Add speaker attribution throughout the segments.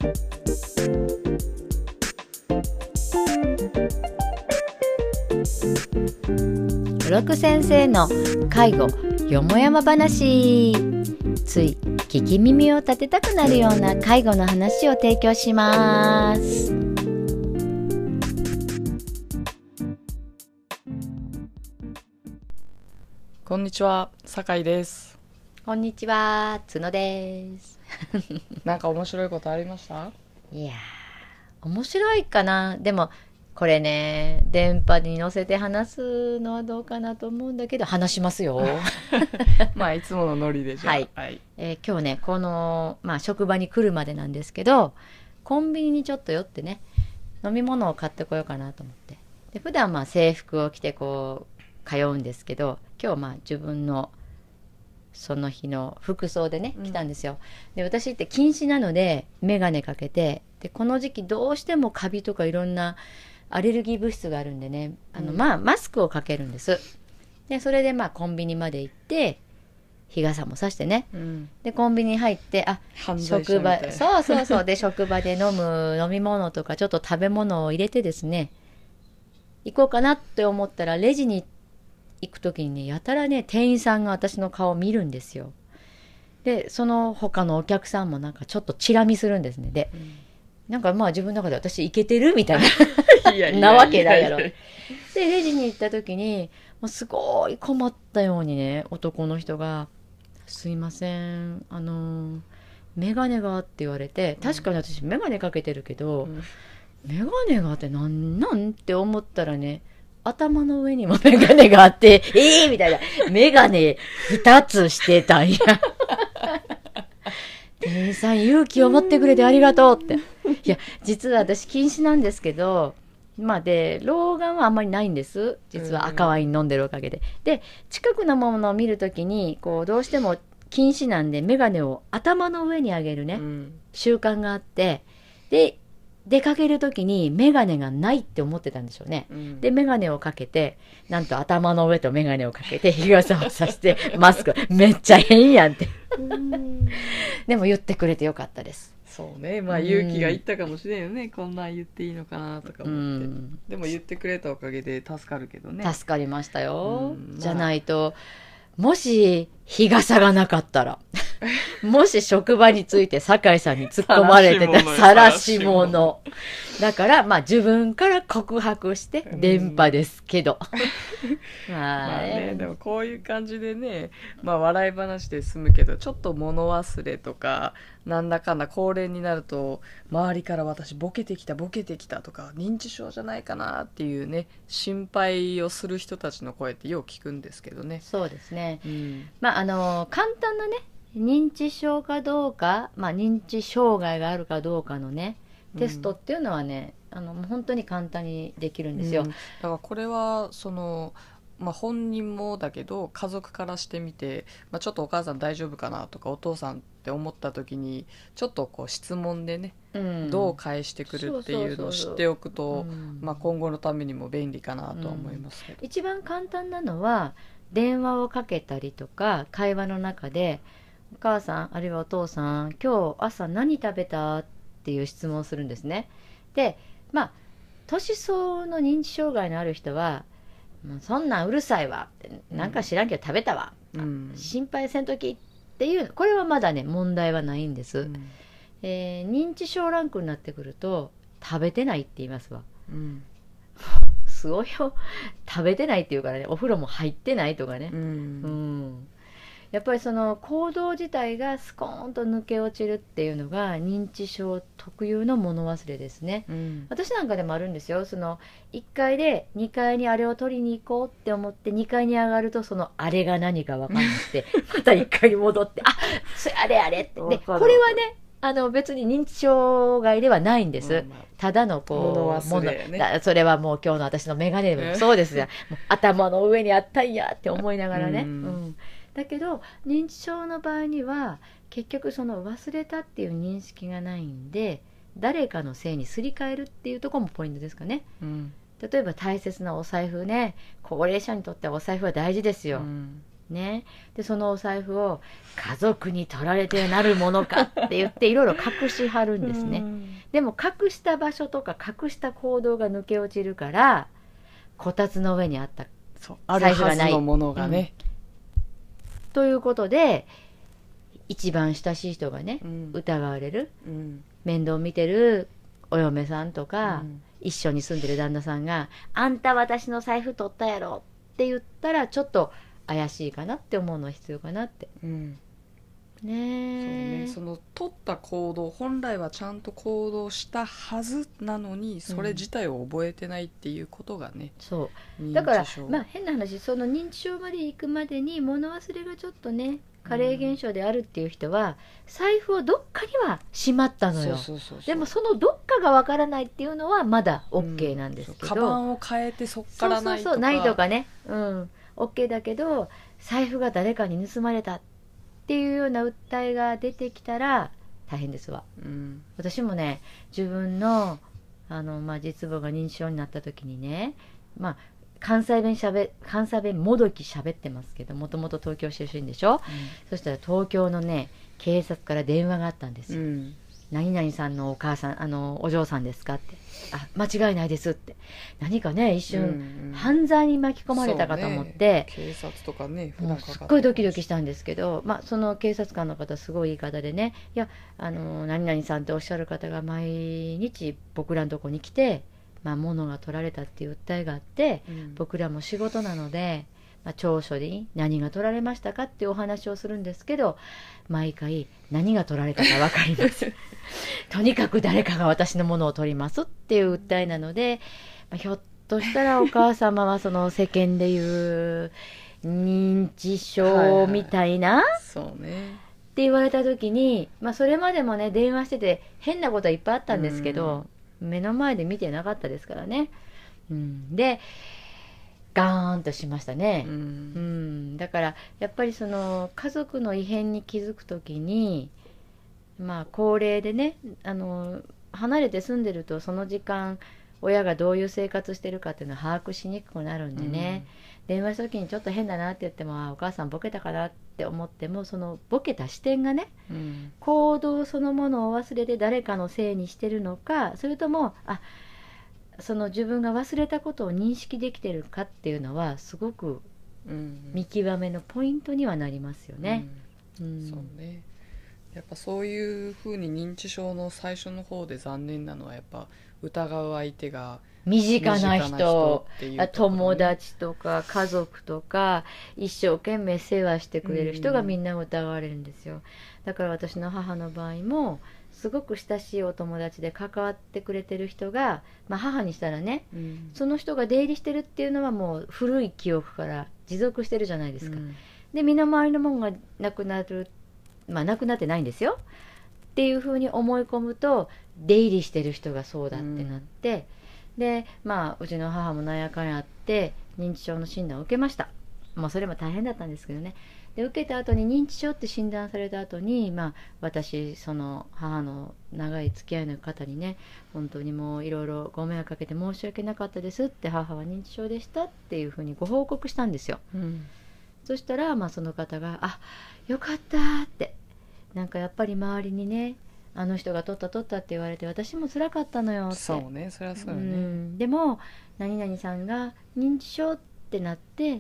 Speaker 1: ロク先生の介護よもやま話。つい聞き耳を立てたくなるような介護の話を提供します。
Speaker 2: こんにちは、酒井です。
Speaker 1: こんにちは、角です。
Speaker 2: なんか面白いことありました？
Speaker 1: いやー、面白いかな。でもこれね、電波に乗せて話すのはどうかなと思うんだけど、話しますよ。
Speaker 2: まあいつものノリでじゃあ。
Speaker 1: はい。今日ね、この、職場に来るまでなんですけど、コンビニにちょっと寄ってね、飲み物を買ってこようかなと思って。で、普段制服を着てこう通うんですけど、今日自分のその日の服装でね来たんですよ。で、私って近視なので眼鏡かけて、でこの時期どうしてもカビとかいろんなアレルギー物質があるんでね、マスクをかけるんです。でそれでコンビニまで行って日傘もさしてね、でコンビニ入って、職場、そうで職場で飲む飲み物とかちょっと食べ物を入れてですね、行こうかなって思ったら、レジに行く時にね、やたらね店員さんが私の顔を見るんですよ。でその他のお客さんもなんかちょっとチラ見するんですね。で、なんか自分の中で私イケてるみたいななわけだやろ。でレジに行った時にもうすごい困ったようにね、男の人が「すいません、メガネが」って言われて、確かに私メガネかけてるけど、メガネがってなんって思ったらね、頭の上にもメガネがあってみたいな、メガネ2つしてたんや。店員さん勇気を持ってくれてありがとうって。いや実は私近視なんですけど、で老眼はあんまりないんです。実は赤ワイン飲んでるおかげで。で近くのものを見るときにどうしても近視なんでメガネを頭の上に上げるね、習慣があって、で出かけるときにメガネがないって思ってたんでしょうね。でメガネをかけて、なんと頭の上とメガネをかけて日傘をさしてマスクめっちゃ変やんって。でも言ってくれてよかったです。
Speaker 2: そうね、勇気がいったかもしれんよね、こんなん言っていいのかなとか思って。でも言ってくれたおかげで助かるけどね。
Speaker 1: 助かりましたよ。じゃないと、もし日傘がなかったらもし職場について酒井さんに突っ込まれてた晒し者だから、自分から告白して電波ですけど、
Speaker 2: でもこういう感じでね、笑い話で済むけど、ちょっと物忘れとかなんだかんだ高齢になると、周りから私ボケてきたとか、認知症じゃないかなっていうね、心配をする人たちの声ってよう聞くんですけどね。
Speaker 1: そうですね、簡単なね、認知症かどうか、認知障害があるかどうかのねテストっていうのはね、本当に簡単にできるんですよ。
Speaker 2: だからこれは本人もだけど家族からしてみて、ちょっとお母さん大丈夫かなとかお父さんって思った時に、ちょっと質問でね、どう返してくるっていうのを知っておくと、今後のためにも便利かなとは思いますけど、
Speaker 1: 一番簡単なのは電話をかけたりとか、会話の中でお母さんあるいはお父さん、今日朝何食べたっていう質問をするんですね。で年相の認知障害のある人は、そんなんうるさいわって、なんか知らんけど食べたわ、心配せんときっていう、これはまだね問題はないんです。認知症ランクになってくると食べてないって言いますわ。すごいよ、食べてないっていうからね、お風呂も入ってないとかね、やっぱりその行動自体がスコーンと抜け落ちるっていうのが認知症特有の物忘れですね。私なんかでもあるんですよ。その1階で2階にあれを取りに行こうって思って2階に上がると、そのあれが何か分かんなくてまた1階に戻ってそれあれあれって。でこれはね、別に認知障害ではないんです。ただの
Speaker 2: 物忘れ、ね、
Speaker 1: それはもう今日の私の眼鏡でもそうですよ。もう頭の上にあったんやって思いながらね。だけど認知症の場合には結局その忘れたっていう認識がないんで、誰かのせいにすり替えるっていうところもポイントですかね。例えば大切なお財布ね、高齢者にとってはお財布は大事ですよ。 ね、でそのお財布を家族に取られてなるものかって言っていろいろ隠しはるんですね。でも隠した場所とか隠した行動が抜け落ちるから、こたつの上にあった財布がない、
Speaker 2: あるはずのものがね、
Speaker 1: ということで一番親しい人がね、疑われる、面倒見てるお嫁さんとか、一緒に住んでる旦那さんがあんた私の財布取ったやろって言ったらちょっと怪しいかなって思うのは必要かなって、ね。
Speaker 2: その取った行動、本来はちゃんと行動したはずなのにそれ自体を覚えてないっていうことがね、
Speaker 1: そうだから変な話、その認知症まで行くまでに物忘れがちょっとね加齢現象であるっていう人は、財布をどっかにはしまったのよ。でもそのどっかがわからないっていうのはまだ OK なんですけど、
Speaker 2: カバンを変えてそっからないとか、
Speaker 1: ないとかね、OK だけど財布が誰かに盗まれたっていうような訴えが出てきたら大変ですわ。私もね、自分の実母が認知症になった時にね、関西弁もどき喋ってますけど、もともと東京出身でしょ、そしたら東京のね警察から電話があったんですよ。何々さんのお母さん、お嬢さんですかって。間違いないですって。何かね、一瞬、犯罪に巻き込まれたかと思って、
Speaker 2: 警察とかね、
Speaker 1: もうすっごいドキドキしたんですけど、その警察官の方すごい言い方でね、いや、何々さんっておっしゃる方が毎日僕らのとこに来て、物が取られたっていう訴えがあって、僕らも仕事なので、調書に何が取られましたかっていうお話をするんですけど、毎回何が取られたか分かりますとにかく誰かが私のものを取りますっていう訴えなので、ひょっとしたらお母様はその世間でいう認知症みたいなって言われた時に、それまでもね電話してて変なことはいっぱいあったんですけど、目の前で見てなかったですからね。でガーンとしましたね。だからやっぱりその家族の異変に気づくときに、高齢でね、離れて住んでるとその時間親がどういう生活してるかっていうのを把握しにくくなるんでね、電話した時にちょっと変だなって言っても、お母さんボケたかなって思っても、そのボケた視点がね、行動そのものを忘れて誰かのせいにしてるのか、それともその自分が忘れたことを認識できてるかっていうのはすごく見極めのポイントにはなりますよね。
Speaker 2: そうね。やっぱそういうふうに認知症の最初の方で残念なのは、やっぱ疑う相手が
Speaker 1: 身近な人、友達とか家族とか一生懸命世話してくれる人がみんな疑われるんですよ。だから私の母の場合もすごく親しいお友達で関わってくれてる人が、母にしたらね、その人が出入りしてるっていうのはもう古い記憶から持続してるじゃないですか。で身の回りのものがなくなる、なくなってないんですよっていうふうに思い込むと、出入りしてる人がそうだってなって、でうちの母もなんやかんやあって認知症の診断を受けました。それも大変だったんですけどね。で受けた後に認知症って診断された後に、私その母の長い付き合いの方にね、本当にもういろいろご迷惑かけて申し訳なかったですって、母は認知症でしたっていうふうにご報告したんですよ。そしたらその方がよかったって、なんかやっぱり周りにね、あの人が取ったって言われて私も辛かったのよって。
Speaker 2: そうね、そりゃそうよね。
Speaker 1: でも何々さんが認知症ってなって、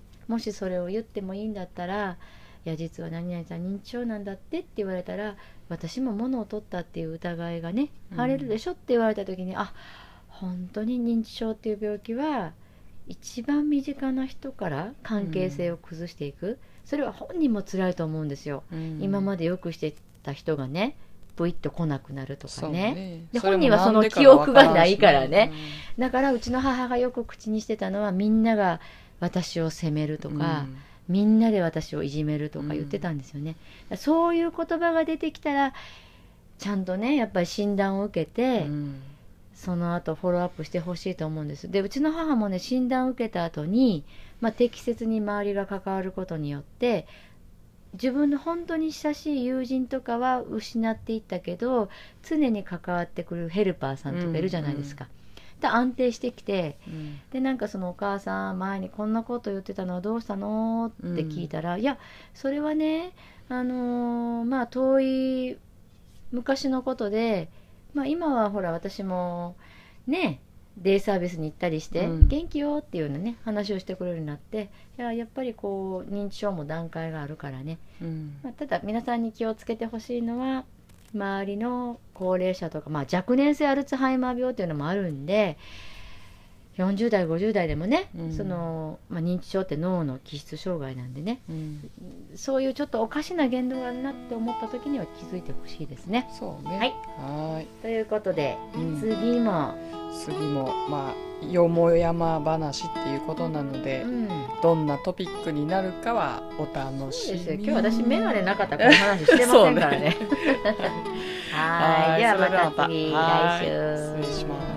Speaker 1: もしそれを言ってもいいんだったら、いや実は何々さん認知症なんだってって言われたら、私も物を取ったっていう疑いがね晴れるでしょって言われた時に、本当に認知症っていう病気は一番身近な人から関係性を崩していく、それは本人も辛いと思うんですよ。今までよくしてた人がねブイッと来なくなるとかね。で本人はその記憶がないからね。だからうちの母がよく口にしてたのは、みんなが私を責めるとか、みんなで私をいじめるとか言ってたんですよね。そういう言葉が出てきたらちゃんとねやっぱり診断を受けて、その後フォローアップしてほしいと思うんです。でうちの母もね診断を受けた後に、適切に周りが関わることによって自分の本当に親しい友人とかは失っていったけど、常に関わってくるヘルパーさんとかいるじゃないですか。 と安定してきて、
Speaker 2: うん
Speaker 1: でなんかそのお母さん前にこんなこと言ってたのはどうしたのって聞いたら、いやそれはねまあ遠い昔のことで、まあ、今はほら私もねデイサービスに行ったりして、元気よっていうようなね話をしてくれるようになって、やっぱりこう認知症も段階があるからね、まあ、ただ皆さんに気をつけてほしいのは周りの高齢者とか、まあ、若年性アルツハイマー病っていうのもあるんで、40代50代でもね、まあ、認知症って脳の気質障害なんでね、そういうちょっとおかしな言動があるなって思った時には気づいてほしいですね。
Speaker 2: そうね。
Speaker 1: はい。
Speaker 2: はい。
Speaker 1: ということで、次も
Speaker 2: まあよもやま話っていうことなので、どんなトピックになるかはお楽しみに。
Speaker 1: そうですよ。今日私眼鏡なかったからこの話してませんからね。はい。ではまた次、来週。
Speaker 2: 失礼します。